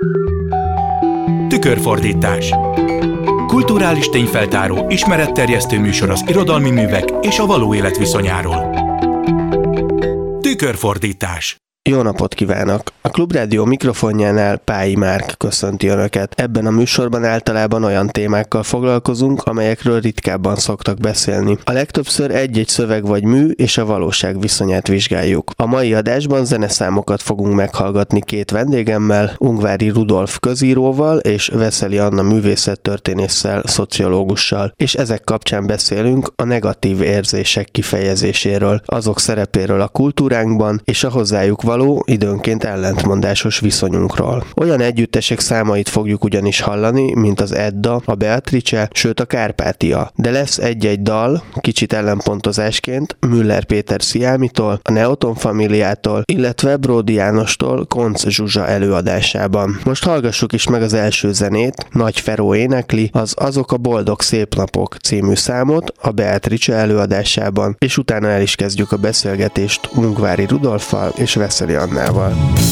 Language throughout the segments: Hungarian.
Tükörfordítás. Kulturális tényfeltáró, ismeretterjesztő műsor az irodalmi művek és a való élet viszonyáról. Tükörfordítás. Jó napot kívánok! A Klubrádió mikrofonjánál Pályi Márk köszönti Önöket. Ebben a műsorban általában olyan témákkal foglalkozunk, amelyekről ritkábban szoktak beszélni. A legtöbbször egy-egy szöveg vagy mű és a valóság viszonyát vizsgáljuk. A mai adásban zeneszámokat fogunk meghallgatni két vendégemmel, Ungvári Rudolf közíróval és Veszeli Anna művészettörténésszel, szociológussal. És ezek kapcsán beszélünk a negatív érzések kifejezéséről, azok szerepéről a kultúránkban és a hozzájuk való, időnként ellentmondásos viszonyunkról. Olyan együttesek számait fogjuk ugyanis hallani, mint az Edda, a Beatrice, sőt a Kárpátia. De lesz egy-egy dal, kicsit ellenpontozásként, Müller Péter Sziámitól, a Neoton Familiától, illetve Bródi Jánostól Koncz Zsuzsa előadásában. Most hallgassuk is meg az első zenét, Nagy Feró énekli az Azok a boldog szép napok című számot a Beatrice előadásában, és utána el is kezdjük a beszélgetést Ungvári Rudolffal és Veszeli Annával.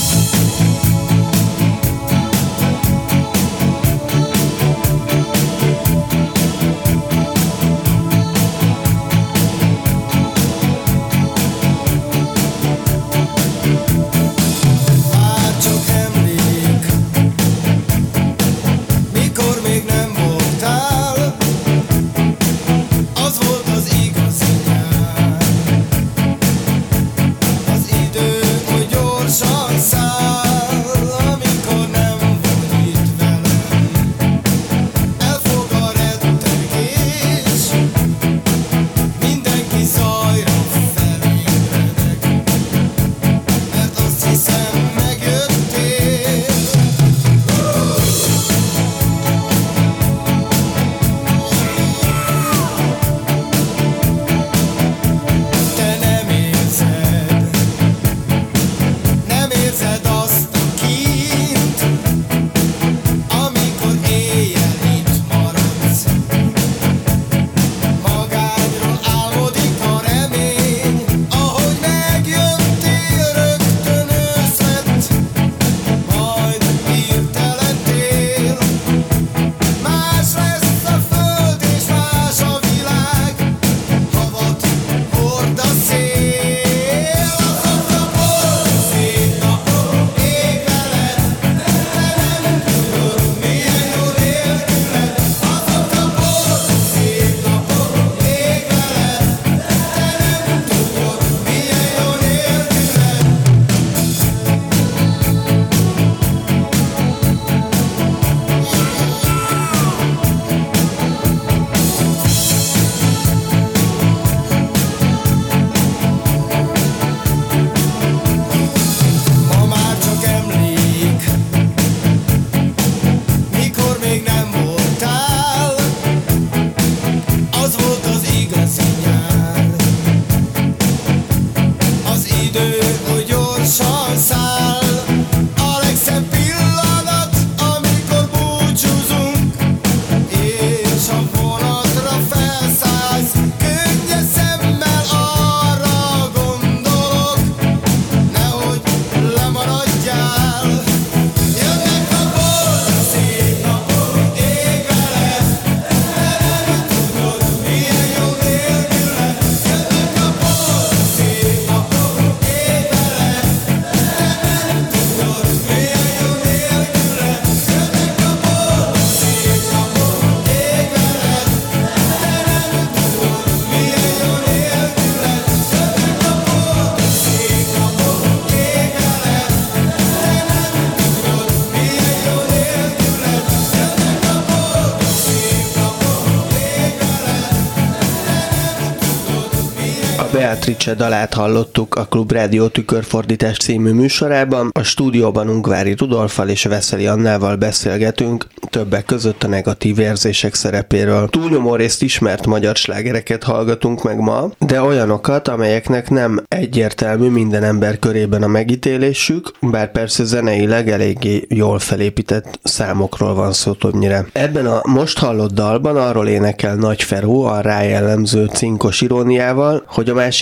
Beatrice dalát hallottuk a Klubrádió Tükörfordítás című műsorában. A stúdióban Ungvári Rudolffal és Veszeli Annával beszélgetünk, többek között a negatív érzések szerepéről. Túlnyomó részt ismert magyar slágereket hallgatunk meg ma, de olyanokat, amelyeknek nem egyértelmű minden ember körében a megítélésük, bár persze zeneileg eléggé jól felépített számokról van szó többnyire. Ebben a most hallott dalban arról énekel Nagy Feró a rá jellemző cinkos iróniával, hogy a másik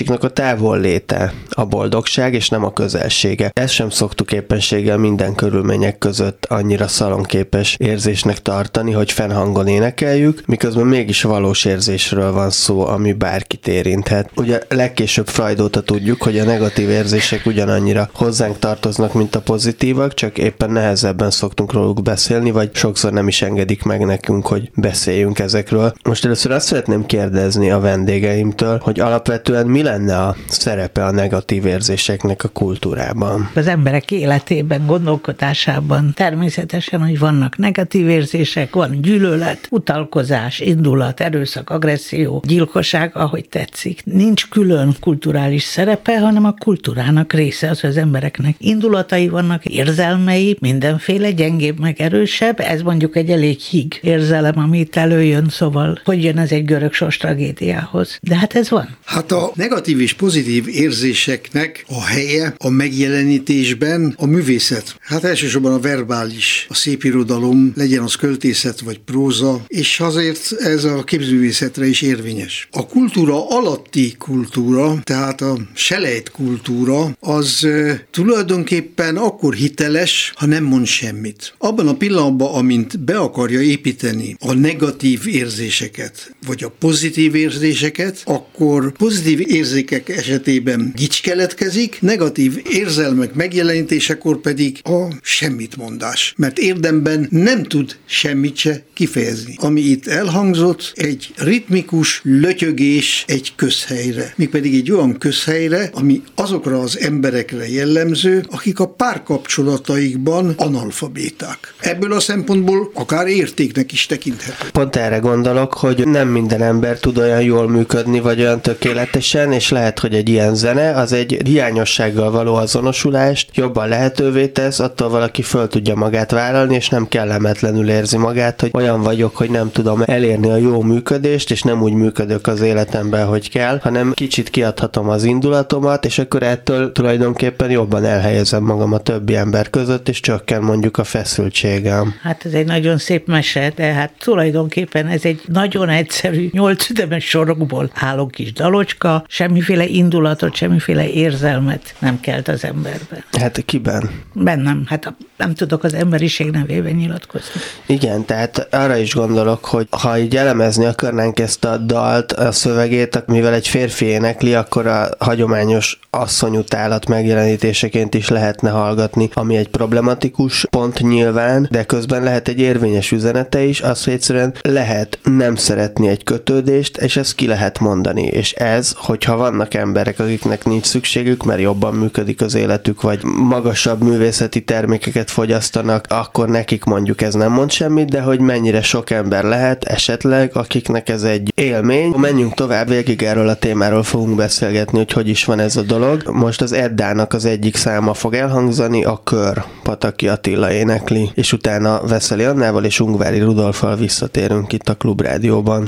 másiknak a távolléte a boldogság, és nem a közelsége. Ezt sem szoktuk éppenséggel minden körülmények között annyira szalonképes érzésnek tartani, hogy fennhangon énekeljük, miközben mégis valós érzésről van szó, ami bárkit érinthet. Ugye legkésőbb Freud óta tudjuk, hogy a negatív érzések ugyanannyira hozzánk tartoznak, mint a pozitívak, csak éppen nehezebben szoktunk róluk beszélni, vagy sokszor nem is engedik meg nekünk, hogy beszéljünk ezekről. Most először azt szeretném kérdezni a vendégeimtől, hogy alapvetően mi lenne a szerepe a negatív érzéseknek a kultúrában? Az emberek életében, gondolkodásában természetesen, hogy vannak negatív érzések, van gyűlölet, utalkozás, indulat, erőszak, agresszió, gyilkosság, ahogy tetszik. Nincs külön kulturális szerepe, hanem a kultúrának része az, hogy az embereknek indulatai vannak, érzelmei, mindenféle, gyengébb meg erősebb. Ez mondjuk egy elég híg érzelem, ami itt előjön, szóval hogy jön ez egy görög sors tragédiához. De hát ez van. Hát a negatív és pozitív érzéseknek a helye a megjelenítésben a művészet. Hát elsősorban a verbális, a szépirodalom, legyen az költészet vagy próza, és azért ez a képzőművészetre is érvényes. A kultúra alatti kultúra, tehát a selejt kultúra, az tulajdonképpen akkor hiteles, ha nem mond semmit. Abban a pillanatban, amint be akarja építeni a negatív érzéseket, vagy a pozitív érzéseket, akkor pozitív érzékek esetében gics keletkezik, negatív érzelmek megjelenítésekor pedig a semmitmondás. Mert érdemben nem tud semmit se kifejezni. Ami itt elhangzott, egy ritmikus lötyögés egy közhelyre. Mégpedig egy olyan közhelyre, ami azokra az emberekre jellemző, akik a párkapcsolataikban analfabéták. Ebből a szempontból akár értéknek is tekinthető. Pont erre gondolok, hogy nem minden ember tud olyan jól működni, vagy olyan tökéletesen, és lehet, hogy egy ilyen zene az egy hiányossággal való azonosulást jobban lehetővé tesz, attól valaki föl tudja magát vállalni, és nem kellemetlenül érzi magát, hogy olyan vagyok, hogy nem tudom elérni a jó működést, és nem úgy működök az életemben, hogy kell, hanem kicsit kiadhatom az indulatomat, és akkor ettől tulajdonképpen jobban elhelyezem magam a többi ember között, és csökken mondjuk a feszültségem. Hát ez egy nagyon szép mese, de hát tulajdonképpen ez egy nagyon egyszerű 8 ütemes sorokból álló kis dalocska, semmiféle indulatot, semmiféle érzelmet nem kelt az emberben. Hát kiben? Bennem, hát nem tudok az emberiség nevében nyilatkozni. Igen, tehát arra is gondolok, hogy ha így elemezni akarnánk ezt a dalt, a szövegét, mivel egy férfi énekli, akkor a hagyományos asszonyutálat megjelenítéseként is lehetne hallgatni, ami egy problematikus pont nyilván, de közben lehet egy érvényes üzenete is, az, hogy egyszerűen lehet nem szeretni egy kötődést, és ezt ki lehet mondani. És ez, hogyha vannak emberek, akiknek nincs szükségük, mert jobban működik az életük, vagy magasabb művészeti termékeket fogyasztanak, akkor nekik mondjuk ez nem mond semmit, de hogy mennyire sok ember lehet esetleg, akiknek ez egy élmény. Menjünk tovább, végig erről a témáról fogunk beszélgetni, hogy is van ez a dolog. Most az Eddának az egyik száma fog elhangzani, a Kör, Pataki Attila énekli, és utána Veszeli Annával és Ungvári Rudolffal visszatérünk itt a Klubrádióban.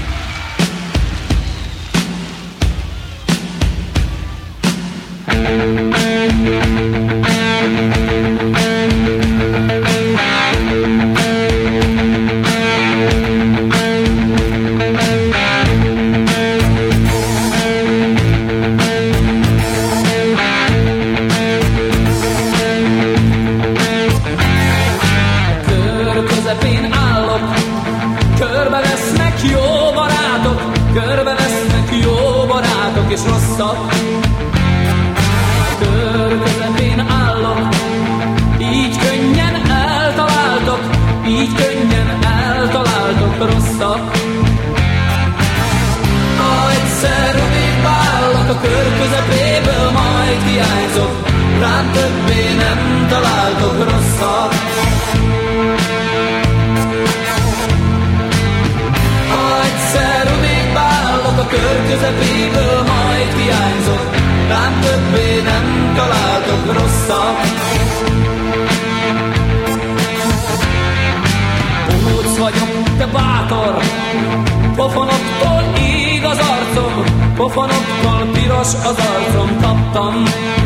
És rosszak, kör közepén állok, így könnyen eltaláltok, így könnyen eltaláltok rosszak. Ha egyszer odébb állok a kör közepéből, majd hiányzok, rám többé nem találtok rosszak. Ha egyszer odébb állok a kör közepéből, majd hiányzok, rám többé nem találtok rosszat. Bohóc vagyok, te bátor, pofonoktól ég az arcom, pofonoktól piros az arcom, kaptam.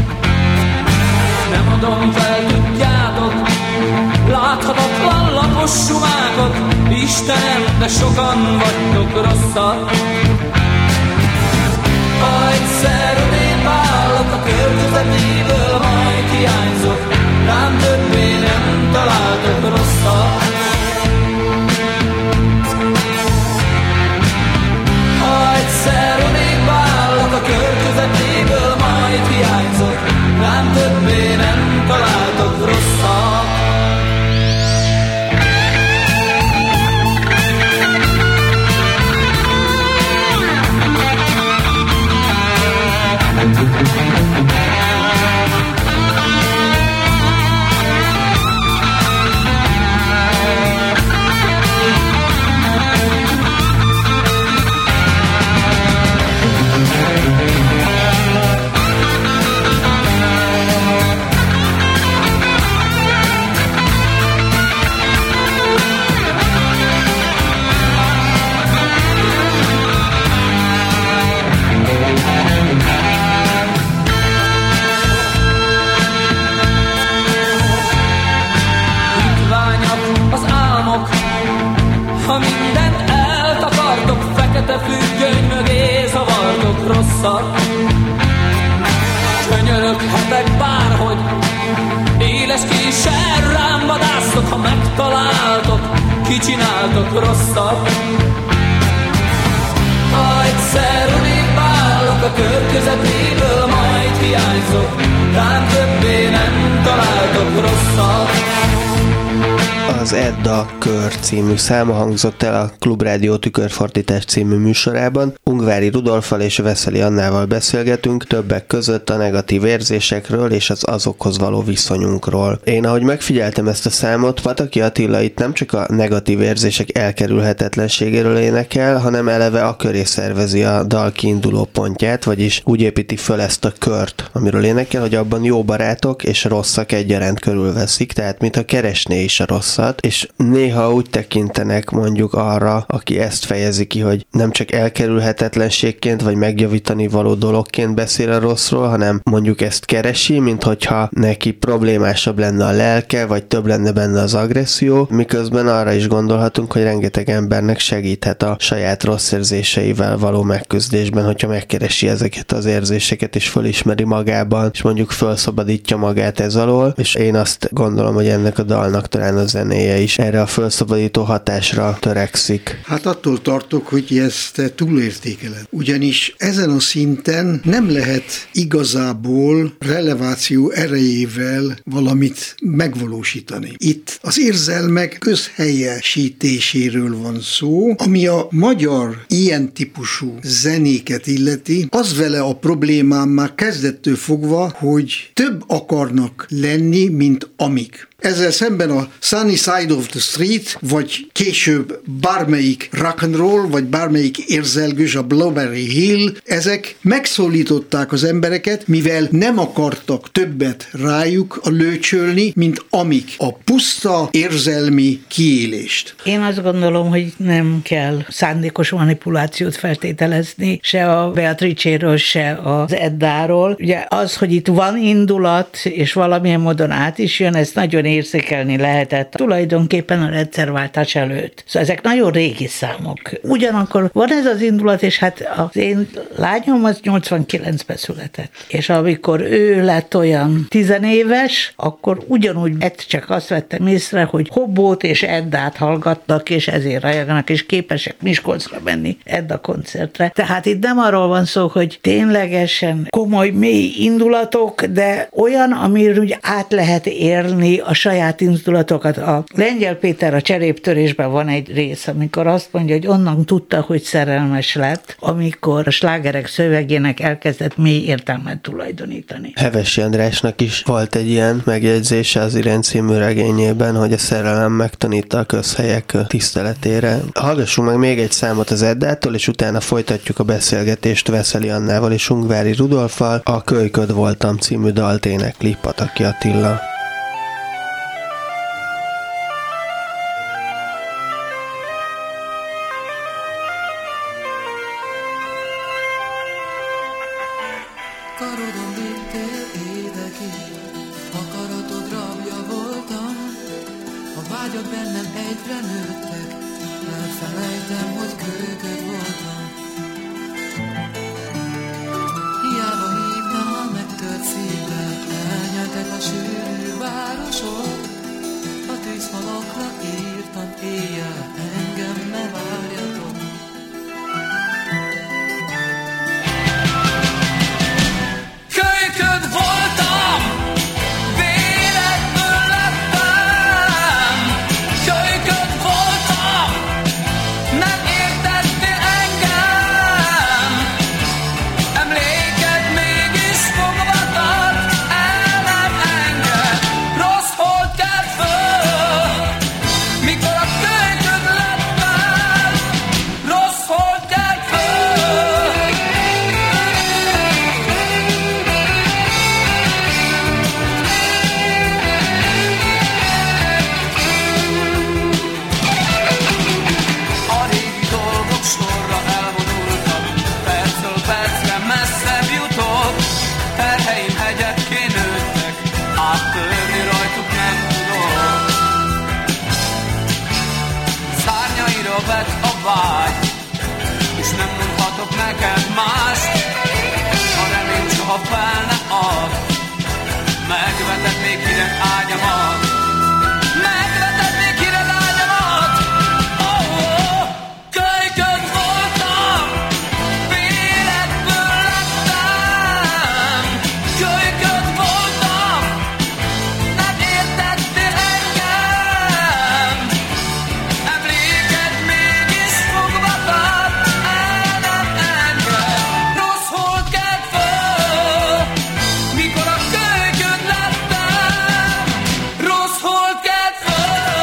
Nem adom fel, tudjátok, láthatatlan lapos sumákat, Istenem, de sokan vagytok rosszak. Ha egyszer odébb állok a kör közepéből, majd hiányzok, rám többé nem találtok rosszat. Ha egyszer odébb állok a kör közepéből, majd hiányzok, rám többé nem találtok rosszat. Ha mindent eltakartok, fekete függöny mögé zavartok rosszat. Könyöröghetek bárhogy, éles késsel rám vadásztok, ha megtaláltok, kicsináltok rosszat. Ha egyszer odébb állok a kör közepéből, majd hiányzok, rám többé nem találtok rosszat. Az Edda Kör című száma hangzott el a Klubrádió Tükörfordítás című műsorában. Ungvári Rudolffal és Veszeli Annával beszélgetünk, többek között a negatív érzésekről és az azokhoz való viszonyunkról. Én, ahogy megfigyeltem ezt a számot, Pataki Attila itt nem csak a negatív érzések elkerülhetetlenségéről énekel, hanem eleve a köré szervezi a dal kiinduló pontját, vagyis úgy építi föl ezt a kört, amiről énekel, hogy abban jó barátok és rosszak egyaránt körülveszik, tehát mintha keresné is a rosszat, és néha úgy tekintenek mondjuk arra, aki ezt fejezi ki, hogy nem csak elkerülhetetlenségként vagy megjavítani való dologként beszél a rosszról, hanem mondjuk ezt keresi, mint hogyha neki problémásabb lenne a lelke, vagy több lenne benne az agresszió, miközben arra is gondolhatunk, hogy rengeteg embernek segíthet a saját rossz érzéseivel való megküzdésben, hogyha megkeresi ezeket az érzéseket, és fölismeri magában, és mondjuk felszabadítja magát ez alól, és én azt gondolom, hogy ennek a dalnak talán a zenéje is erre a felszabadító hatásra törekszik. Hát attól tartok, hogy ezt túlértékeled. Ugyanis ezen a szinten nem lehet igazából releváció erejével valamit megvalósítani. Itt az érzelmek közhelyesítéséről van szó, ami a magyar ilyen típusú zenéket illeti, az vele a problémám már kezdettől fogva, hogy több akarnak lenni, mint amik. Ezzel szemben a Sunny Side of the Street, vagy később bármelyik rock'n'roll, vagy bármelyik érzelgős, a Blueberry Hill, ezek megszólították az embereket, mivel nem akartak többet rájuk lőcsölni, mint amik. A puszta érzelmi kiélést. Én azt gondolom, hogy nem kell szándékos manipulációt feltételezni, se a Beatrice-ről, se az Eddáról. Ugye az, hogy itt van indulat, és valamilyen módon át is jön, ezt nagyon érzékelni lehetett tulajdonképpen a rendszerváltás előtt. Szóval ezek nagyon régi számok. Ugyanakkor van ez az indulat, és hát az én lányom az 89-ben született. És amikor ő lett olyan 10 éves, akkor ugyanúgy csak azt vettem észre, hogy Hobbót és Eddát hallgatnak, és ezért rajognak, és képesek Miskolcra menni Edda koncertre. Tehát itt nem arról van szó, hogy ténylegesen komoly, mély indulatok, de olyan, amiről úgy át lehet érni a saját indulatokat. A Lengyel Péter a Cseréptörésben van egy rész, amikor azt mondja, hogy onnan tudta, hogy szerelmes lett, amikor a slágerek szövegének elkezdett mély értelmet tulajdonítani. Hevesi Andrásnak is volt egy ilyen megjegyzése az Irén című regényében, hogy a szerelem megtanítta a közhelyek tiszteletére. Hallgassunk meg még egy számot az Eddától, és utána folytatjuk a beszélgetést Veszeli Annával és Ungvári Rudolffal. A Kölyköd voltam című dalt énekli Pataki Attila. Karodon vittél évekig, akaratod rabja voltam, a vágyad bennem egyre nőttek, elfelejtem, hogy kölyköd voltam. Vezetek a sűrű városok, a tűzfalakra írtam éjjel, engem ne várjatok. Kölyköd voltam, véletből lettem. Kölyköd voltam, nem értettél engem. Emléked mégis fogva tart, el nem enged. Rossz hold kell föl, mikor a kölyköd lettem. Rossz hold kell föl. A régi dolgok sorra elvonultak, percről percre messzebb jutok. Terheim hegyekké nőttek, áttörni rajtuk nem tudok. Szárnyaira vett a vágy, és nem mondhatok neked mást. A remény soha fel ne ad, megvetetnék hideg ágyamat. Megvetetnék hideg ágyamat. Oh, kölyköd voltam, véletből lettem. Kölyköd voltam, nem értettél engem. Emléked mégis fogva tart, el nem enged. Rossz hold kelt föl, mikor a kölyköd lettem. Rossz hold kelt föl.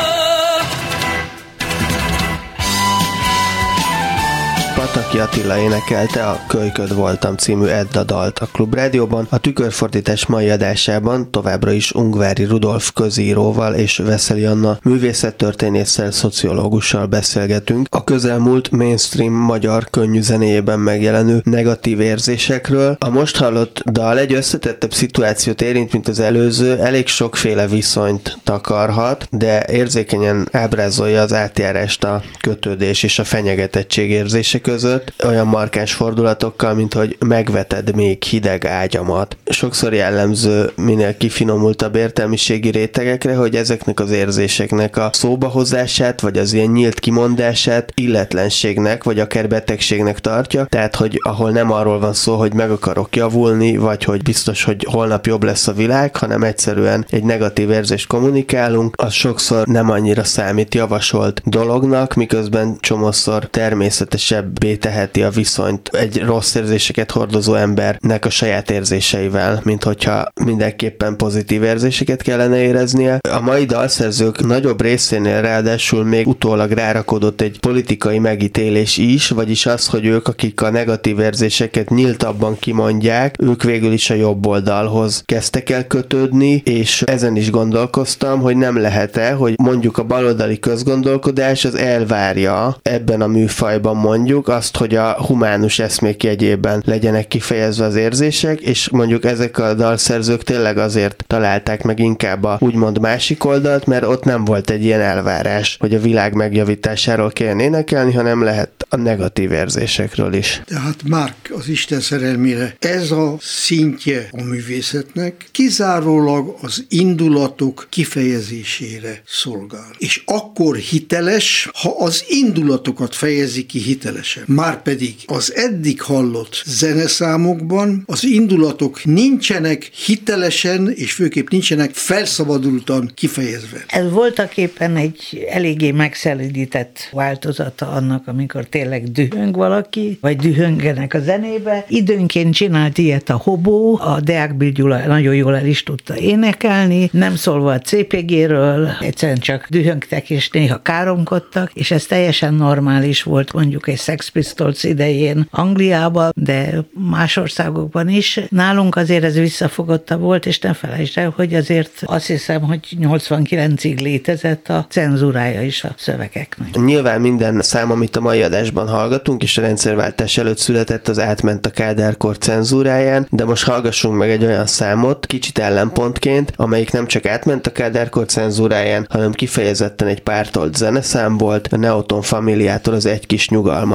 Pataki Attila énekelte a Kölyköd voltam című Edda dalt a Klubrádióban. A Tükörfordítás mai adásában továbbra is Ungvári Rudolf közíróval és Veszeli Anna művészettörténésszel, szociológussal beszélgetünk a közelmúlt mainstream magyar könnyű zenéjében megjelenő negatív érzésekről. A most hallott dal egy összetettebb szituációt érint, mint az előző, elég sokféle viszonyt takarhat, de érzékenyen ábrázolja az átjárást a kötődés és a fenyegetettség érzése között, olyan markáns fordulatokkal, mint hogy megveted még hideg ágyamat. Sokszor jellemző minél kifinomultabb értelmiségi rétegekre, hogy ezeknek az érzéseknek a szóbahozását, vagy az ilyen nyílt kimondását illetlenségnek, vagy akár betegségnek tartja, tehát hogy ahol nem arról van szó, hogy meg akarok javulni, vagy hogy biztos, hogy holnap jobb lesz a világ, hanem egyszerűen egy negatív érzést kommunikálunk, az sokszor nem annyira számít javasolt dolognak, miközben csomószor természetesebbé teheti a viszonyt egy rossz érzéseket hordozó embernek a saját érzéseivel, mint hogyha mindenképpen pozitív érzéseket kellene éreznie. A mai dalszerzők nagyobb részénél ráadásul még utólag rárakodott egy politikai megítélés is, vagyis az, hogy ők, akik a negatív érzéseket nyíltabban kimondják, ők végül is a jobb oldalhoz kezdtek el kötődni, és ezen is gondolkoztam, hogy nem lehet-e, hogy mondjuk a baloldali közgondolkodás az elvárja ebben a műfajban mondjuk azt, hogy a humánus eszmék jegyében legyenek kifejezve az érzések, és mondjuk ezek a dalszerzők tényleg azért találták meg inkább a úgymond másik oldalt, mert ott nem volt egy ilyen elvárás, hogy a világ megjavításáról kelljen énekelni, hanem lehet a negatív érzésekről is. Tehát Márk az Isten szerelmére ez a szintje a művészetnek kizárólag az indulatok kifejezésére szolgál. És akkor hiteles, ha az indulatokat fejezi ki hitelesen. Márpedig az eddig hallott zeneszámokban az indulatok nincsenek hitelesen, és főképp nincsenek felszabadultan kifejezve. Ez voltak éppen egy eléggé megszelidített változata annak, amikor tényleg dühöng valaki, vagy dühöngenek a zenébe. Időnként csinált ilyet a Hobó, a Deák Bill Gyula nagyon jól el is tudta énekelni, nem szólva a CPG-ről, egyszerűen csak dühöngtek és néha káromkodtak, és ez teljesen normális volt mondjuk egy Sex Pistols idején Angliában, de más országokban is. Nálunk azért ez visszafogottabb volt, és ne felejtsd el, hogy azért azt hiszem, hogy 89-ig létezett a cenzúrája is a szövegeknek. Nyilván minden szám, amit a mai adásban hallgatunk, és a rendszerváltás előtt született, az átment a Kádár-kor cenzúráján, de most hallgassunk meg egy olyan számot, kicsit ellenpontként, amelyik nem csak átment a Kádár-kor cenzúráján, hanem kifejezetten egy pártolt zeneszám volt, a Neoton Familiától az Egy kis nyugalmat című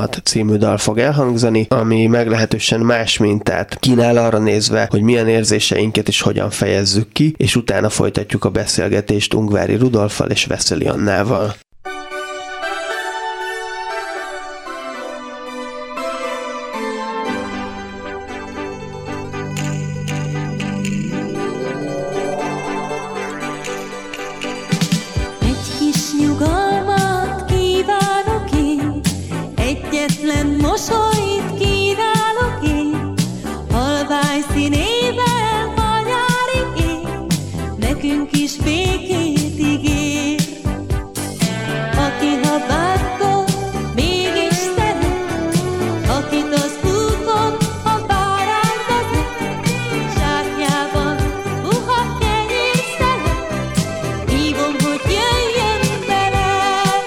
című dal fog elhangzani, ami meglehetősen más mintát kínál arra nézve, hogy milyen érzéseinket és hogyan fejezzük ki, és utána folytatjuk a beszélgetést Ungvári Rudolffal és Veszeli Annával. Mosolyt kínálok én, halvány színével a nyári ég, nekünk is békét ígér. Aki ha bátor, mégis szeret, akit az úton a bárány vezet, zsákjában puha kenyér szelet, hívom, hogy jöjjön velem.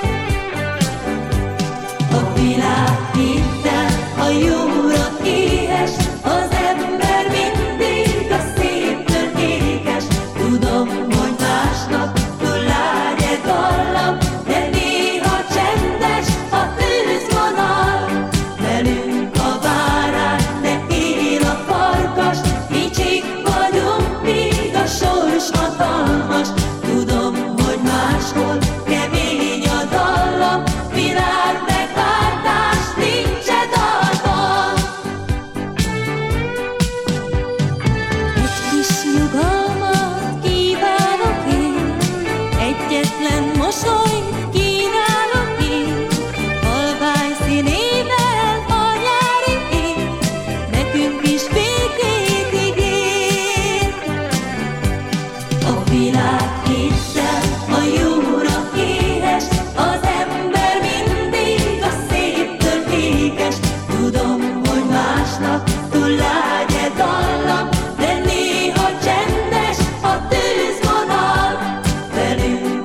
A világ a jóra éhes, az ember mindig a széptől ékes. Tudom, hogy másnak túl lágy dallam, de néha csendes a tűzvonal. Velünk a bárány, de él a farkas, kicsik vagyunk, míg a sors hatalmas. Tudom, hogy máshol kemény a dallam, világ megváltás nincs. Mosolyt kínálok én, halvány színével a nyári ég, nekünk is békét ígér. A világ kétszer a jóra éhes, az ember mindig a széptől ékes. Tudom, hogy másnak túl lágy dallam, de néha csendes a tűzvonal. Velünk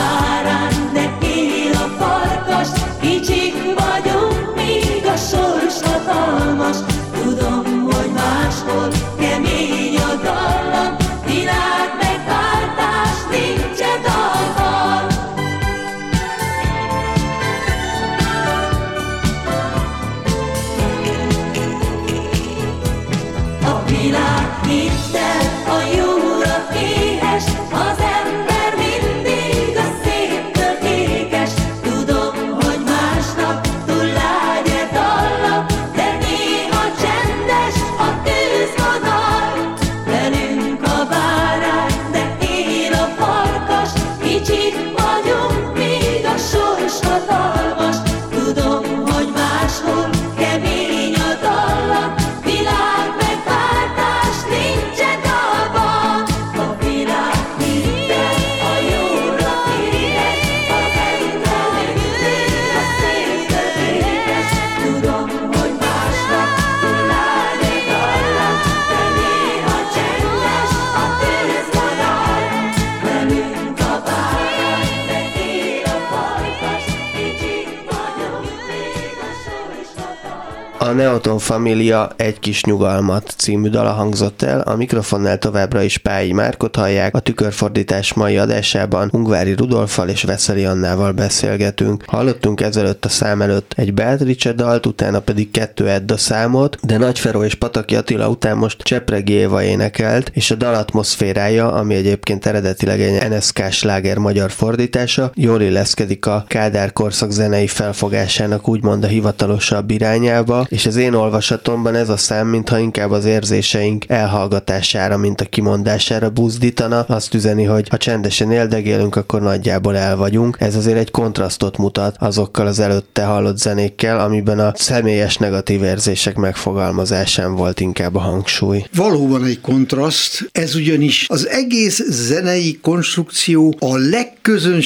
kicsik vagyunk, míg a sors hatalmas. Tudom, hogy máshol kemény a dallam, világ megváltás nincs dalban. A világ kétszer a jóra éhes, az ember mindig a széptől ékes. Tudom, hogy másnak túl lágy dallam, de néha csendes a tűzvonal. Velünk a bárány, de él a farkas, kicsik vagyunk, míg a sors hatalmas. Tudom, hogy máshol kemény a dallam, világ megváltás nincs dalban. A világ minden a jóra éhes, az ember mindig a széptől ékes. Tudom, hogy másnak túl lágy dallam, de néha csendes a tűzvonal. Velünk a bárány, de él a farkas, kicsik vagyunk, még a sors hatalmas. A Neoton Família Egy kis nyugalmat című dala hangzott el, a mikrofonnál továbbra is Pályi Márkot hallják, a Tükörfordítás mai adásában Ungvári Rudolffal és Veszeli Annával beszélgetünk. Hallottunk ezelőtt a szám előtt egy Beatrice dalt, utána pedig 2 Edda számot, de Nagyferó és Pataki Attila után most Csepregi Éva énekelt, és a dal atmoszférája, ami egyébként eredetileg egy NSK sláger magyar fordítása, jól illeszkedik a Kádár korszak zenei felfogásának úgymond a hivatalosabb irányába, és az én olvasatomban ez a szám mintha inkább az érzéseink elhallgatására, mint a kimondására buzdítana, azt üzeni, hogy ha csendesen éldegélünk, akkor nagyjából el vagyunk. Ez azért egy kontrasztot mutat azokkal az előtte hallott zenékkel, amiben a személyes negatív érzések megfogalmazásán volt inkább a hangsúly. Valóban egy kontraszt, ez ugyanis az egész zenei konstrukció a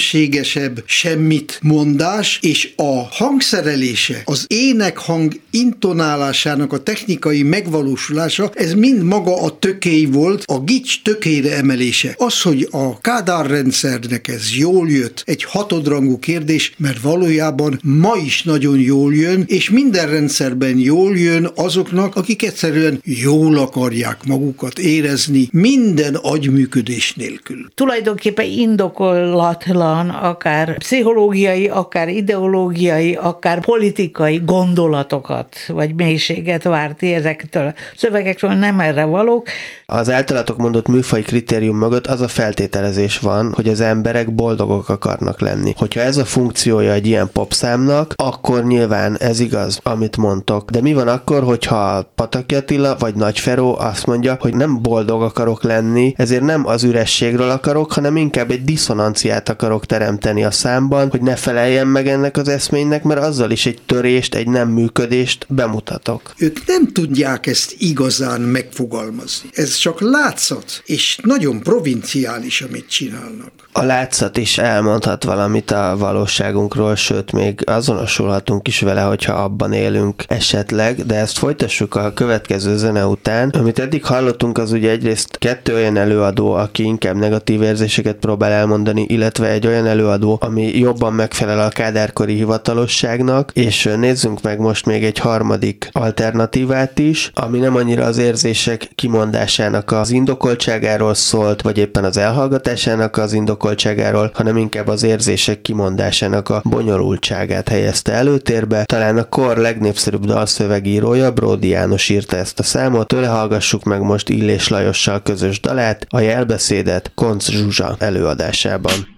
legközönségesebb semmit mondás, és a hangszerelése, az énekhang intonálásának a technikai megvalósulása, ez mind maga a tökély volt, a gics tökélyre emelése. Az, hogy a Kádár rendszernek ez jól jött, egy hatodrangú kérdés, mert valójában ma is nagyon jól jön, és minden rendszerben jól jön azoknak, akik egyszerűen jól akarják magukat érezni, minden agyműködés nélkül. Tulajdonképpen indokolatlan, akár pszichológiai, akár ideológiai, akár politikai gondolatokat, vagy mélységet várti ezektől a szövegektől, nem erre valók. Az általatok mondott műfai kritérium mögött az a feltételezés van, hogy az emberek boldogok akarnak lenni. Hogyha ez a funkciója egy ilyen popszámnak, akkor nyilván ez igaz, amit mondtok. De mi van akkor, hogyha Pataki Attila vagy Nagy Feró azt mondja, hogy nem boldog akarok lenni, ezért nem az ürességről akarok, hanem inkább egy diszonanciát akarok teremteni a számban, hogy ne feleljen meg ennek az eszménynek, mert azzal is egy törést, egy nem működést bemutatok. Ők nem tudják ezt igazán megfogalmazni. Ez csak látszat, és nagyon provinciális, amit csinálnak. A látszat is elmondhat valamit a valóságunkról, sőt, még azonosulhatunk is vele, hogyha abban élünk esetleg, de ezt folytassuk a következő zene után. Amit eddig hallottunk, az ugye egyrészt 2 olyan előadó, aki inkább negatív érzéseket próbál elmondani, illetve egy olyan előadó, ami jobban megfelel a kádárkori hivatalosságnak, és nézzünk meg most még egy harmadik alternatívát is, ami nem annyira az érzések kimondásának az indokoltságáról szólt, vagy éppen az elhallgatásának az indokoltságáról, hanem inkább az érzések kimondásának a bonyolultságát helyezte előtérbe. Talán a kor legnépszerűbb dalszövegírója, Bródi János írta ezt a számot, tőle hallgassuk meg most Illés Lajossal közös dalát, a Jelbeszédet Koncz Zsuzsa előadásában.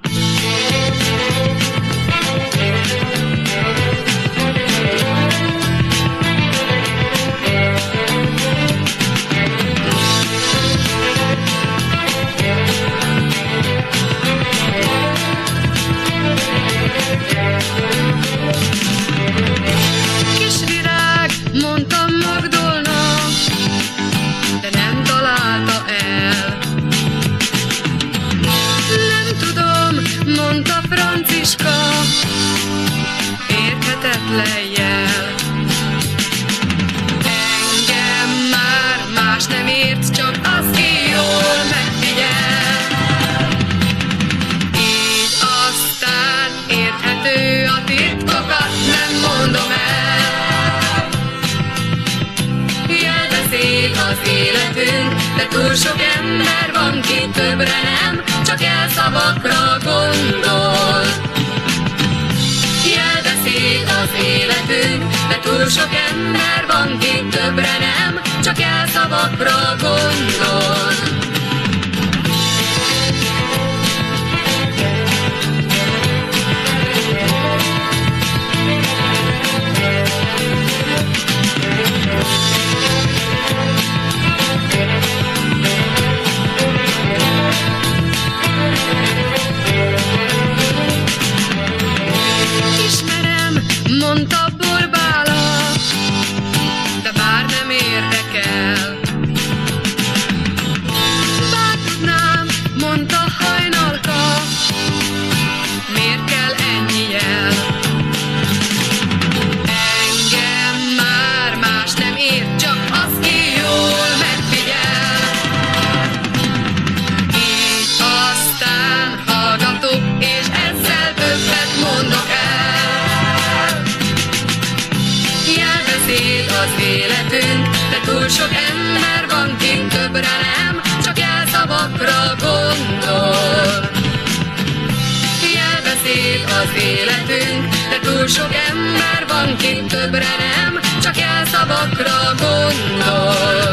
Túl sok ember van, ki többre nem, csak elszavakra gondol. Jelbeszéd az életünk, de túl sok ember van, ki többre nem, csak elszavakra gondol. Mondta Borbála, de bár nem érdekel. Bár tudnám, mondta Hajnalka, miért kell ennyi jel? Engem már más nem ért, csak az, ki jól megfigyel. Így aztán hallgatok, és ezzel többet mondok el. Az életünk, de túl sok ember van, kint többre nem, csak jelszavakra gondol. Jelbeszéd az életünk, de túl sok ember van, kint többre nem, csak jelszavakra gondol.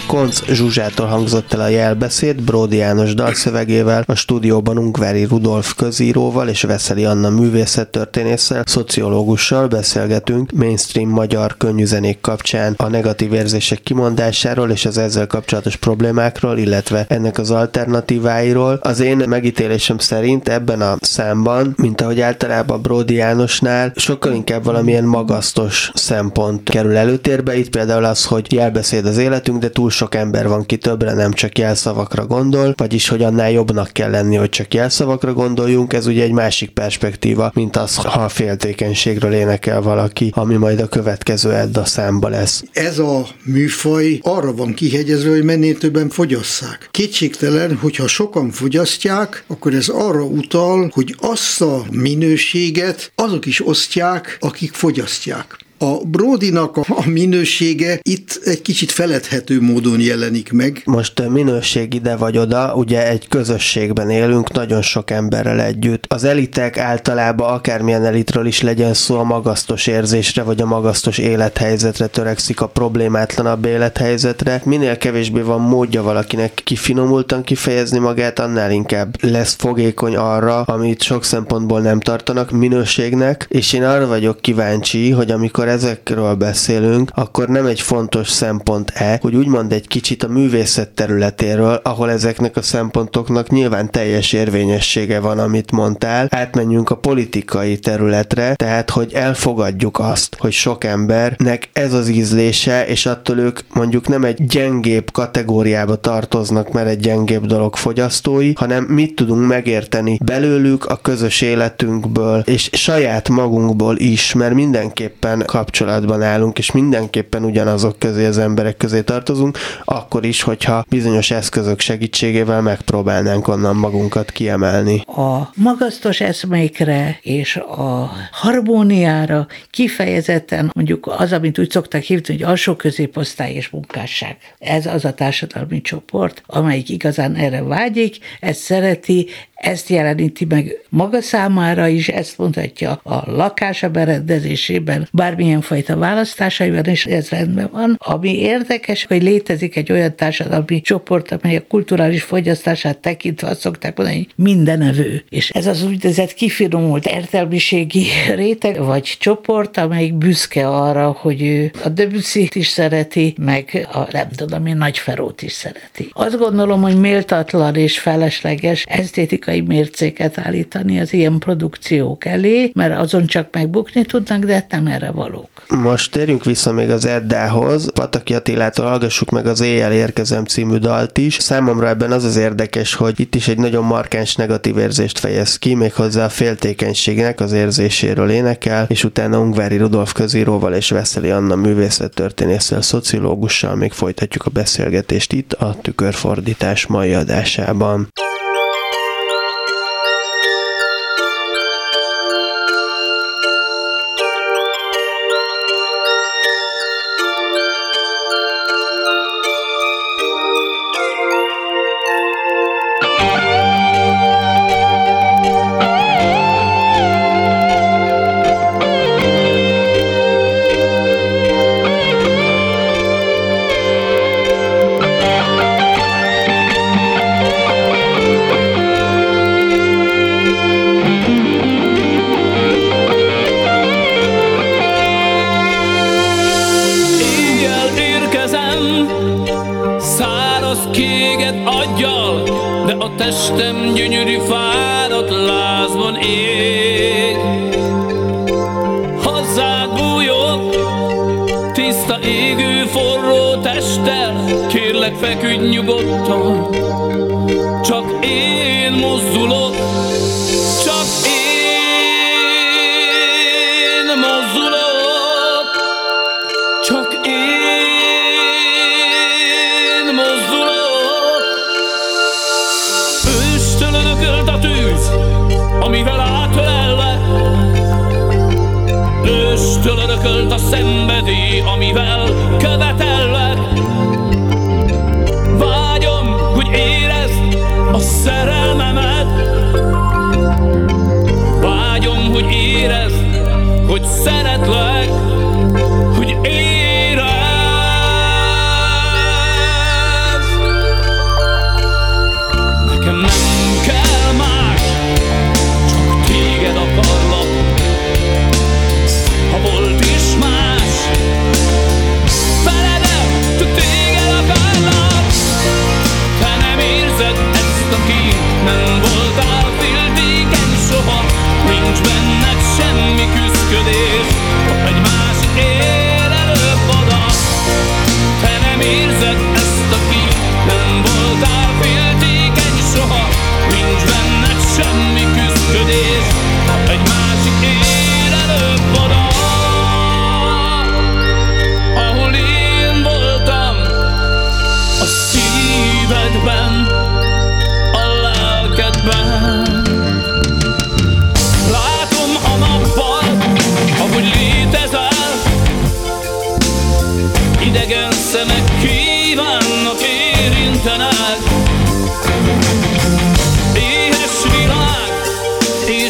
Koncz Zsuzsától hangzott el a jelbeszéd Bródi János dalszövegével, a stúdióban Ungvári Rudolf közíróval és Veszeli Anna művészettörténésszel, szociológussal beszélgetünk mainstream magyar könnyűzenék kapcsán a negatív érzések kimondásáról és az ezzel kapcsolatos problémákról, illetve ennek az alternatíváiról. Az én megítélésem szerint ebben a számban, mint ahogy általában Bródi Jánosnál, sokkal inkább valamilyen magasztos szempont kerül előtérbe. Itt például az, hogy jelbeszéd az életünk, de túl sok ember van, ki többre nem csak jelszavakra gondol, vagyis hogy annál jobbnak kell lenni, hogy csak jelszavakra gondoljunk. Ez ugye egy másik perspektíva, mint az, ha a féltékenységről énekel valaki, ami majd a következő Edda számba lesz. Ez a műfaj arra van kihegyezve, hogy mennél többen fogyasszák. Kétségtelen, hogyha sokan fogyasztják, akkor ez arra utal, hogy azt a minőséget azok is osztják, akik fogyasztják. A Bródinak a minősége itt egy kicsit feledhető módon jelenik meg. Most minőség ide vagy oda, ugye egy közösségben élünk, nagyon sok emberrel együtt. Az elitek általában, akármilyen elitről is legyen szó, a magasztos érzésre vagy a magasztos élethelyzetre törekszik, a problémátlanabb élethelyzetre. Minél kevésbé van módja valakinek kifinomultan kifejezni magát, annál inkább lesz fogékony arra, amit sok szempontból nem tartanak minőségnek, és én arra vagyok kíváncsi, hogy amikor ezekről beszélünk, akkor nem egy fontos szempont-e, hogy úgymond egy kicsit a művészet területéről, ahol ezeknek a szempontoknak nyilván teljes érvényessége van, amit mondtál, átmenjünk a politikai területre, tehát hogy elfogadjuk azt, hogy sok embernek ez az ízlése, és attól ők mondjuk nem egy gyengébb kategóriába tartoznak, mert egy gyengébb dolog fogyasztói, hanem mit tudunk megérteni belőlük, a közös életünkből, és saját magunkból is, mert mindenképpen kapcsolatban állunk, és mindenképpen ugyanazok közé, az emberek közé tartozunk, akkor is, hogyha bizonyos eszközök segítségével megpróbálnánk onnan magunkat kiemelni. A magasztos eszmékre és a harmóniára kifejezetten mondjuk az, amit úgy szoktak hívni, hogy alsó középosztály és munkásság. Ez az a társadalmi csoport, amelyik igazán erre vágyik, ezt szereti, ezt jeleníti meg maga számára is, ezt mondhatja a lakása berendezésében, bármilyen fajta választásaiban, és ez rendben van. Ami érdekes, hogy létezik egy olyan társadalmi csoport, amely a kulturális fogyasztását tekintve azt szokták mondani, hogy mindenevő. És ez az úgynevezett kifinomult értelmiségi réteg, vagy csoport, amelyik büszke arra, hogy ő a Debussyt is szereti, meg a nem tudom én, Nagy Ferót is szereti. Azt gondolom, hogy méltatlan és felesleges esztétikai mércéket állítani az ilyen produkciók elé, mert azon csak megbukni tudnak, de nem erre valók. Most térjünk vissza még az Eddához. Pataki Attilától hallgassuk meg az Éjjel érkezem című dalt is. Számomra ebben az érdekes, hogy itt is egy nagyon markáns negatív érzést fejez ki, méghozzá a féltékenységnek az érzéséről énekel, és utána Ungvári Rudolf közíróval és Veszeli Anna művészettörténésszel, szociológussal még folytatjuk a beszélgetést itt a Tükörfordítás mai adásában. Testem gyönyörű fáradt lázban ég. Hozzád bújok, tiszta égő forró testtel, kérlek feküdj nyugodtan. Csak én mozdulok, csak én mozdulok, csak én mozdulok. Ölt a tűz, amivel átölelve, őstől örökölt a szenvedély, amivel követelve. Vágyom, hogy érezd a szerelmemet, vágyom, hogy érezd, hogy szeretlek, hogy érezd.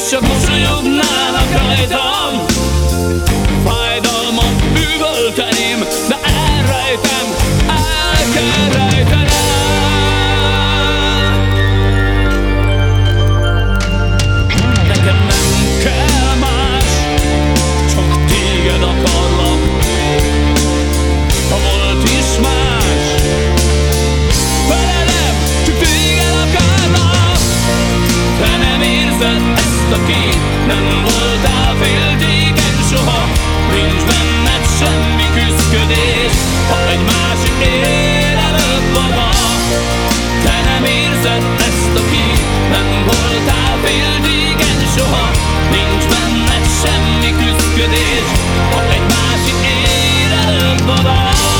csak mosolyognának rajtam. Fájdalmat üvölteném, de elrejtem, el kell rejtenem. Nekem nem kell más, csak téged akarlak. Ha volt is más, velem csak téged akarlak. Te nem érzed ezt a kép, nem voltál féltékeny soha. Nincs benned semmi küszködés, ha egy másik él előbb oda. Te nem érzed ezt a kép, nem voltál féltékeny soha. Nincs benned semmi küszködés, ha egy másik él előbb oda.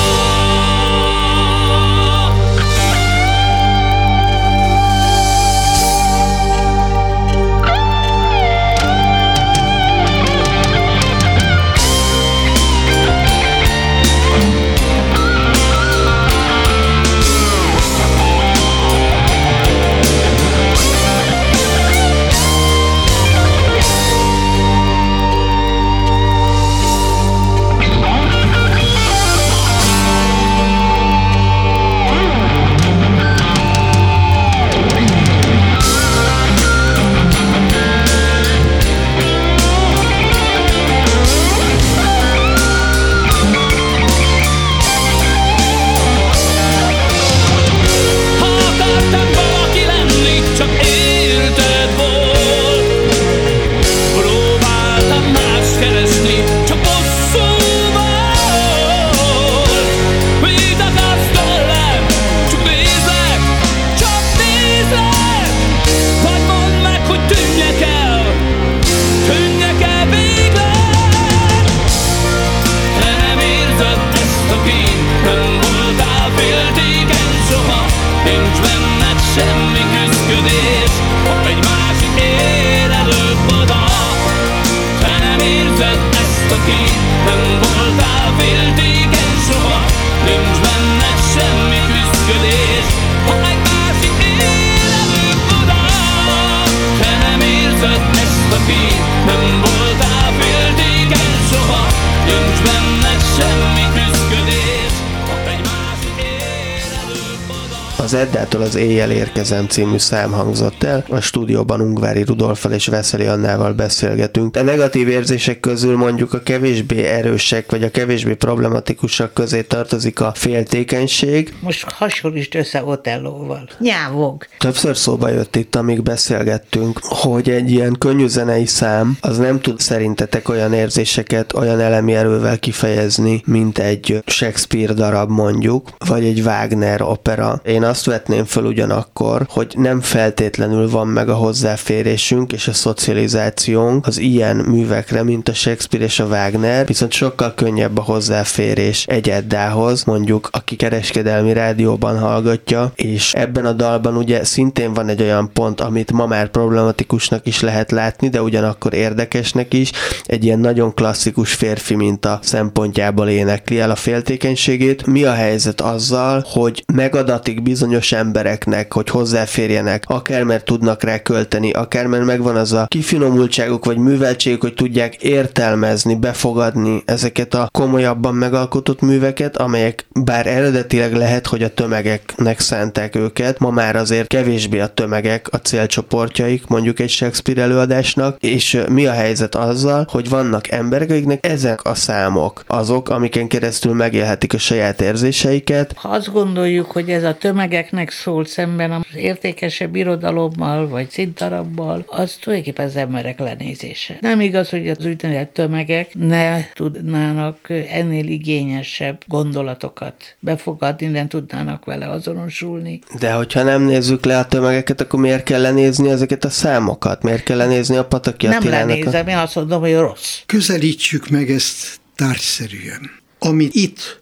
Az Eddától az Éjjel érkezem című szám hangzott el. A stúdióban Ungvári Rudolffal és Veszeli Annával beszélgetünk. A negatív érzések közül mondjuk a kevésbé erősek, vagy a kevésbé problematikusak közé tartozik a féltékenység. Most hasonlítsd össze Otellóval. Nyávog. Többször szóba jött itt, amíg beszélgettünk, hogy egy ilyen könnyű zenei szám az nem tud szerintetek olyan érzéseket olyan elemi erővel kifejezni, mint egy Shakespeare darab mondjuk, vagy egy Wagner opera. Én azt vetném föl ugyanakkor, hogy nem feltétlenül van meg a hozzáférésünk és a szocializációnk az ilyen művekre, mint a Shakespeare és a Wagner, viszont sokkal könnyebb a hozzáférés egy Eddához, mondjuk aki kereskedelmi rádióban hallgatja, és ebben a dalban ugye szintén van egy olyan pont, amit ma már problematikusnak is lehet látni, de ugyanakkor érdekesnek is, egy ilyen nagyon klasszikus férfi minta szempontjából énekli el a féltékenységét. Mi a helyzet azzal, hogy megadatik bizonyos embereknek, hogy hozzáférjenek, akár mert tudnak rá költeni, akár mert megvan az a kifinomultságuk vagy műveltségük, hogy tudják értelmezni, befogadni ezeket a komolyabban megalkotott műveket, amelyek bár eredetileg lehet, hogy a tömegeknek szánták őket, ma már azért kevésbé a tömegek a célcsoportjaik, mondjuk egy Shakespeare előadásnak, és mi a helyzet azzal, hogy vannak emberek, akiknek ezek a számok azok, amiken keresztül megélhetik a saját érzéseiket. Ha azt gondoljuk, hogy ez a tömegeknek szól szemben az értékesebb irodalommal, vagy színtarabbal, az tulajdonképpen az emberek lenézése. Nem igaz, hogy az úgynevezett tömegek ne tudnának ennél igényesebb gondolatokat befogadni, nem tudnának vele azonosulni. De hogyha nem nézzük le a tömegeket, akkor miért kell lenézni ezeket a számokat? Miért kell lenézni a Pataki Attilának? Nem lenézem, én azt mondom, hogy rossz. Közelítsük meg ezt tárgyszerűen. Amit itt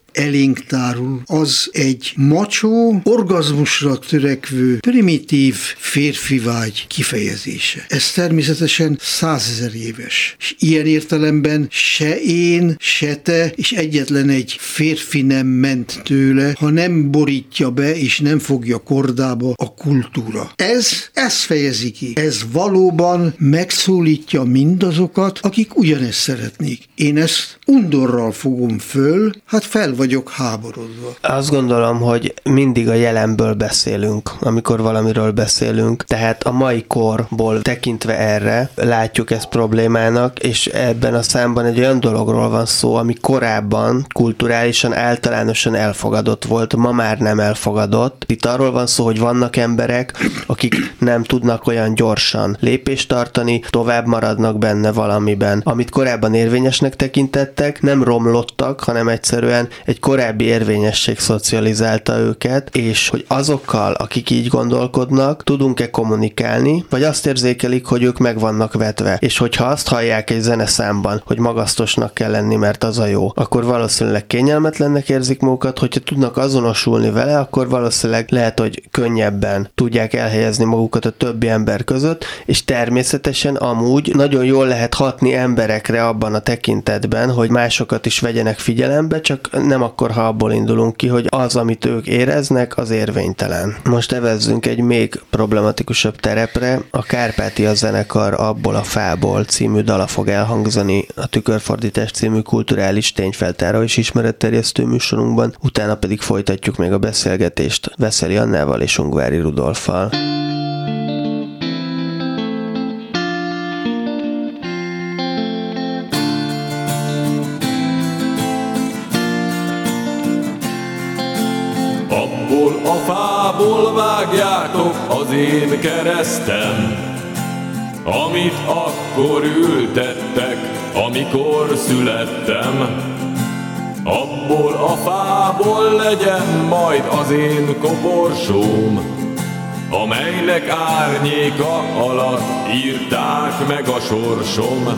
elénk tárul, az egy macsó, orgazmusra törekvő, primitív férfi vágy kifejezése. Ez természetesen 100 000 éves. És ilyen értelemben se én, se te, és egyetlen egy férfi nem ment tőle, ha nem borítja be, és nem fogja kordába a kultúra. Ez fejezi ki. Ez valóban megszólítja mindazokat, akik ugyanezt szeretnék. Én ezt undorral fogom föl, hát fel vagyok háborodva. Azt gondolom, hogy mindig a jelenből beszélünk, amikor valamiről beszélünk, tehát a mai korból tekintve erre látjuk ezt problémának, és ebben a számban egy olyan dologról van szó, ami korábban kulturálisan általánosan elfogadott volt, ma már nem elfogadott. Itt arról van szó, hogy vannak emberek, akik nem tudnak olyan gyorsan lépést tartani, tovább maradnak benne valamiben. Amit korábban érvényesnek tekintettek, nem romlottak, hanem egyszerűen egy korábbi érvényesség szocializálta őket, és hogy azokkal, akik így gondolkodnak, tudunk-e kommunikálni, vagy azt érzékelik, hogy ők meg vannak vetve. És hogyha azt hallják egy zeneszámban, hogy magasztosnak kell lenni, mert az a jó, akkor valószínűleg kényelmetlennek érzik magukat, hogyha tudnak azonosulni vele, akkor valószínűleg lehet, hogy könnyebben tudják elhelyezni magukat a többi ember között, és természetesen amúgy nagyon jól lehet hatni emberekre abban a tekintetben, hogy másokat is vegyenek figyelembe, csak nem akkor, ha abból indulunk ki, hogy az, amit ők éreznek, az érvénytelen. Most evezzünk egy még problematikusabb terepre. A Kárpátia zenekar Abból a fából című dala fog elhangzani a Tükörfordítás című kulturális tényfeltáró és ismeretterjesztő műsorunkban, utána pedig folytatjuk még a beszélgetést Veszeli Annával és Ungvári Rudolffal. Abból a fából vágjátok az én keresztem, amit akkor ültettek, amikor születtem. Abból a fából legyen majd az én koporsóm, amelynek árnyéka alatt írták meg a sorsom.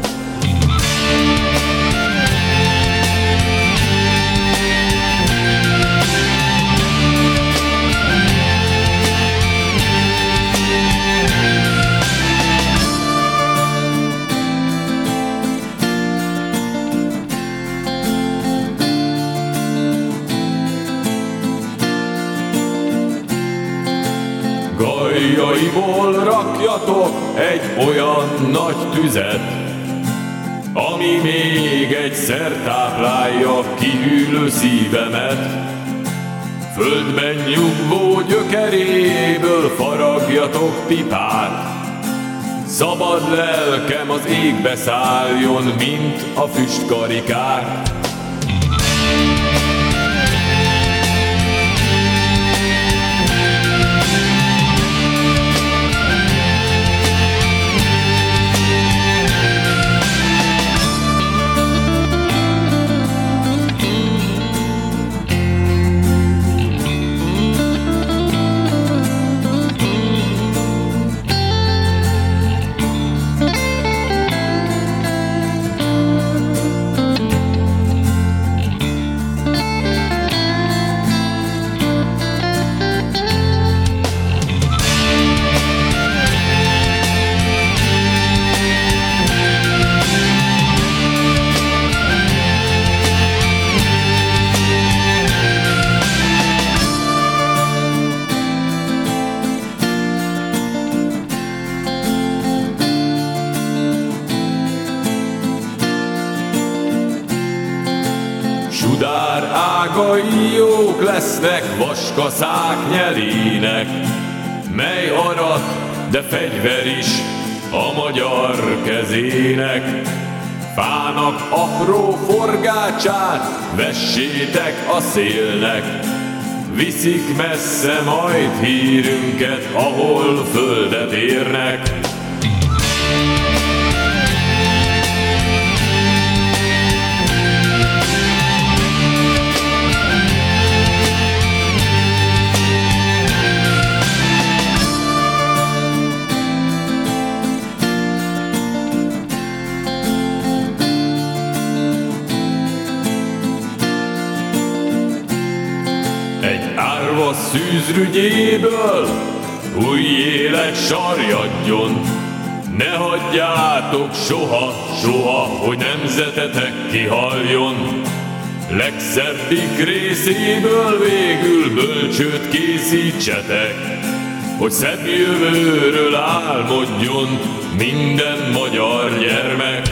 Gajjaiból rakjatok egy olyan nagy tüzet, ami még egyszer táplálja kihűlő szívemet. Földben nyugvó gyökeréből faragjatok pipát, szabad lelkem az égbe szálljon, mint a füstkarikák. Sudár ágai jók lesznek vaskaszák nyelének, mely arat, de fegyver is a magyar kezének. Fának apró forgácsát vessétek a szélnek, viszik messze majd hírünket, ahol földet érnek. Zárva szűzrügyéből új élet sarjadjon. Ne hagyjátok soha, soha, hogy nemzetetek kihaljon. Legszebbik részéből végül bölcsőt készítsetek, hogy szebb jövőről álmodjon minden magyar gyermek.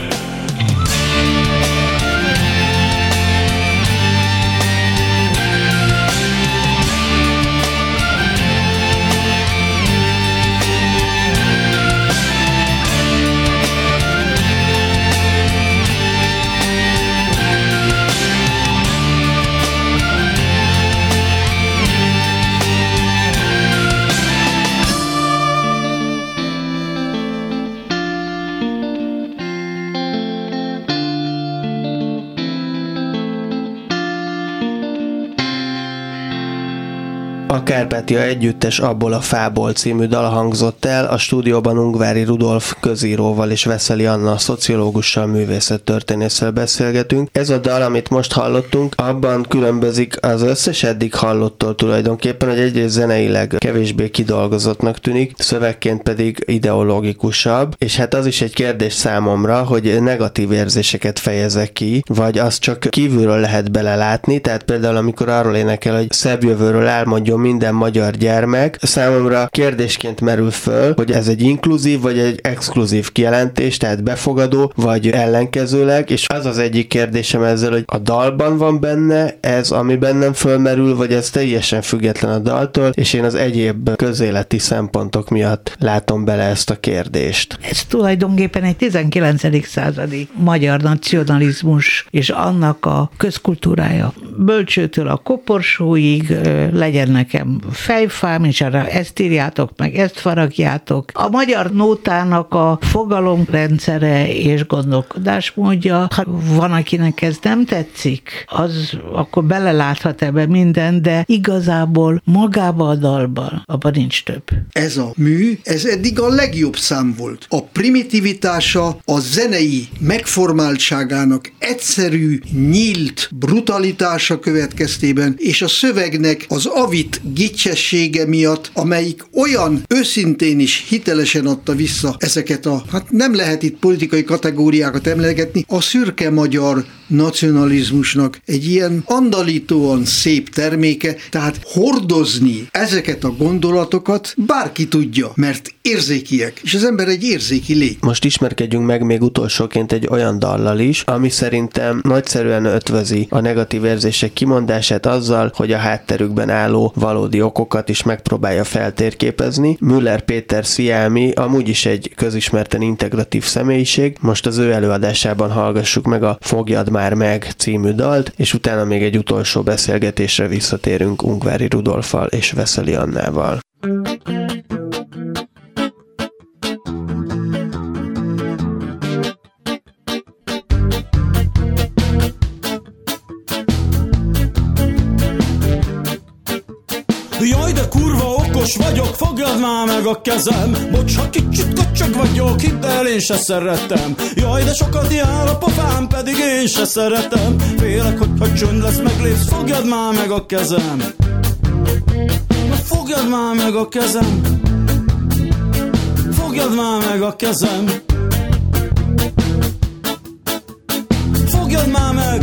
A Kárpátia Együttes Abból a fából című dal hangzott el, a stúdióban Ungvári Rudolf közíróval és Veszeli Anna szociológussal, művészettörténésszel beszélgetünk. Ez a dal, amit most hallottunk, abban különbözik az összes eddig hallottól tulajdonképpen, hogy egyrészt zeneileg kevésbé kidolgozottnak tűnik, szövegként pedig ideológikusabb, és hát az is egy kérdés számomra, hogy negatív érzéseket fejezek ki, vagy azt csak kívülről lehet belelátni, tehát például amikor arról énekel, hogy szebb jövőről álmodjon minden magyar gyermek, számomra kérdésként merül föl, hogy ez egy inkluzív vagy egy exkluzív kijelentés, tehát befogadó vagy ellenkezőleg, és az az egyik kérdésem ezzel, hogy a dalban van benne ez, ami bennem fölmerül, vagy ez teljesen független a daltól, és én az egyéb közéleti szempontok miatt látom bele ezt a kérdést. Ez tulajdonképpen egy 19. századi magyar nacionalizmus, és annak a közkultúrája. Bölcsőtől a koporsóig legyen nekem fejfám, és arra ezt írjátok, meg ezt faragjátok. A magyar nótának a fogalomrendszere és gondolkodásmódja, ha van, akinek ez nem tetszik, az akkor beleláthat ebbe minden, de igazából magába a dalban, abban nincs több. Ez a mű, ez eddig a legjobb szám volt. A primitivitása, a zenei megformáltságának egyszerű, nyílt brutalitása következtében, és a szövegnek az avit gicsessége miatt, amelyik olyan őszintén is hitelesen adta vissza ezeket hát nem lehet itt politikai kategóriákat emlegetni, a szürke magyar nacionalizmusnak egy ilyen andalítóan szép terméke, tehát hordozni ezeket a gondolatokat bárki tudja, mert érzékiek, és az ember egy érzéki lény. Most ismerkedjünk meg még utolsóként egy olyan dallal is, ami szerintem nagyszerűen ötvözi a negatív érzések kimondását azzal, hogy a hátterükben álló valódi okokat is megpróbálja feltérképezni. Müller Péter Sziámi amúgy is egy közismerten integratív személyiség, most az ő előadásában hallgassuk meg a Fogjad már meg című dalt, és utána még egy utolsó beszélgetésre visszatérünk Ungvári Rudolffal és Veszeli Annával. Jaj, de kurva okos vagyok, fogjad már meg a kezem. Bocs, ha kicsit kocsog vagyok, hidd el, én se szeretem. Jaj, de sokat jár a pofám, pedig én se szeretem. Félek, hogyha csönd lesz, meglépsz, fogjad már meg a kezem. Na fogjad már meg a kezem. Fogjad már meg a kezem. Fogjad már meg.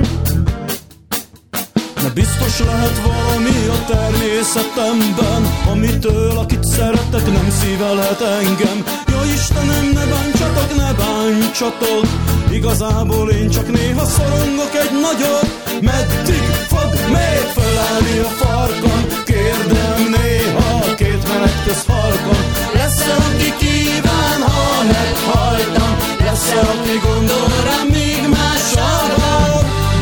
De biztos lehet valami a természetemben, amitől, akit szeretek, nem szívelhet engem. Jaj Istenem, ne bántsatok, ne bántsatok. Igazából én csak néha szorongok egy nagyot. Meddig fog még fölállni a farkam? Kérdem néha két menet köz halkam. Lesz-e, aki kíván, ha meghajtam? Lesz-e, aki gondol rám, míg mással?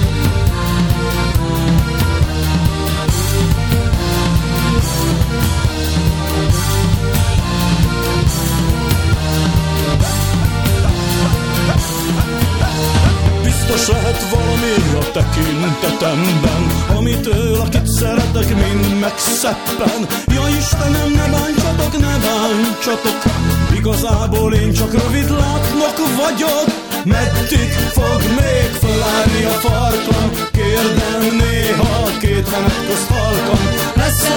Biztos lehet valami a tekintetemben, amitől, akit szeretek, mind megszeppen. Ja Istenem, ne bántsatok, ne bántsatok. Igazából én csak rövidlátnok vagyok. Meddig fog még fölállni a farkam? Kérdem néha két menet közt halkam. Lesz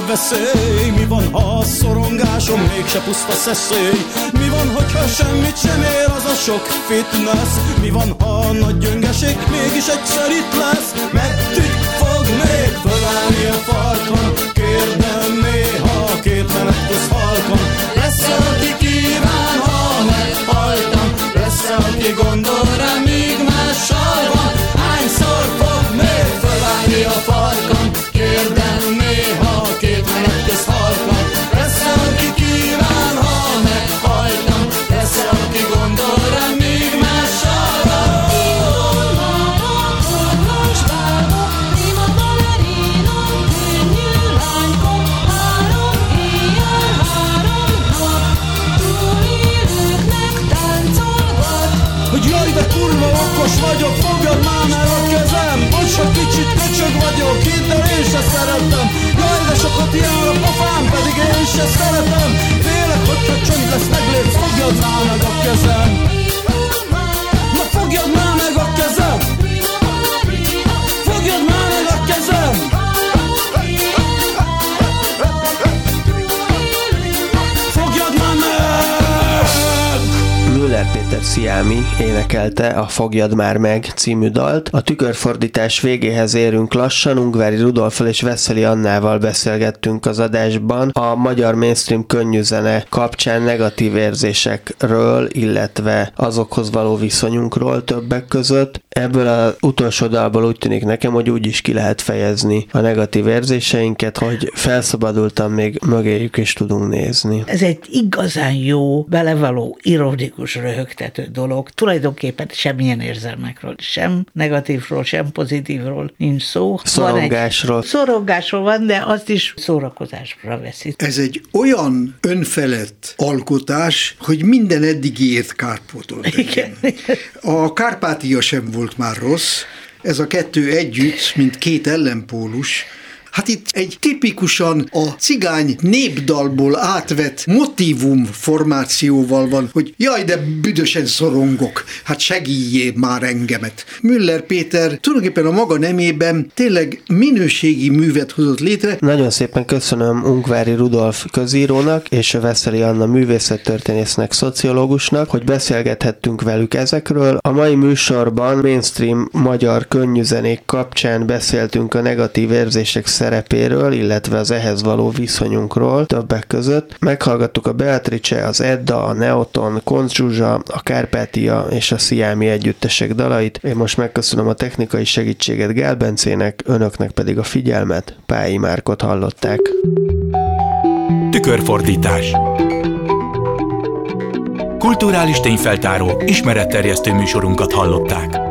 veszély? Mi van, ha a szorongásom mégse puszta szeszély? Mi van, hogyha semmit sem ér az a sok fitness? Mi van, ha a nagy gyöngeség mégis egyszer itt lesz? Meddig fog még fölállni a farkon? Kérdem néha a két menet plusz halkon. Lesz-e, aki kíván, ha meghaltam? Lesz-e, aki gondol rám, míg mással van? Hányszor fog még fölállni a farkon? Kérdem néha a két menet plusz halkon. Lesz-e, aki kíván, ha meghaltam? Lesz-e, aki gondol rám, míg mással van? Hogy jaj, de kurva okos vagyok, fogjad már meg a kezem. Bocs, ha kicsit köcsög vagyok, hidd el, én se szeretem. Jaj, de sokat jár a pofám, pedig én se szeretem. Félek, hogyha csönd lesz, meglépsz, fogjad már meg a kezem. Na fogjad már meg a kezem. Fogjad már meg a kezem. Fogjad már meg. Müller Péter Sziámi énekelte a Fogjad már meg című dalt. A tükörfordítás végéhez érünk lassan, Ungvári Rudolffal és Veszeli Annával beszélgettünk az adásban a magyar mainstream könnyűzene kapcsán negatív érzésekről, illetve azokhoz való viszonyunkról többek között. Ebből az utolsó dalból úgy tűnik nekem, hogy úgy is ki lehet fejezni a negatív érzéseinket, hogy felszabadultan még mögéjük is tudunk nézni. Ez egy igazán jó, belevaló, ironikus, röhögtető dolog. Tulajdonképpen semmilyen érzelmekről, sem negatívról, sem pozitívról nincs szó. Szorongásról. Szorongásról van, de azt is szórakozásra veszi. Ez egy olyan önfelett alkotás, hogy minden eddigiért kárpótolt. A Kárpátia sem volt már rossz, ez a kettő együtt, mint két ellenpólus. Hát itt egy tipikusan a cigány népdalból átvett motívum formációval van, hogy jaj, de büdösen szorongok, hát segíjjél már engemet. Müller Péter tulajdonképpen a maga nemében tényleg minőségi művet hozott létre. Nagyon szépen köszönöm Ungvári Rudolf közírónak és a Veszeli Anna művészettörténésznek, szociológusnak, hogy beszélgethettünk velük ezekről. A mai műsorban mainstream magyar könnyűzenék kapcsán beszéltünk a negatív érzések szerepéről, illetve az ehhez való viszonyunkról többek között. Meghallgattuk a Beatrice, az Edda, a Neoton, Koncz Zsuzsa, a Kárpátia és a Sziámi együttesek dalait. Én most megköszönöm a technikai segítséget Gál Bencének, önöknek pedig a figyelmet. Pályi Márkot hallották. Tükörfordítás. Kulturális tényfeltáró, ismeretterjesztő műsorunkat hallották.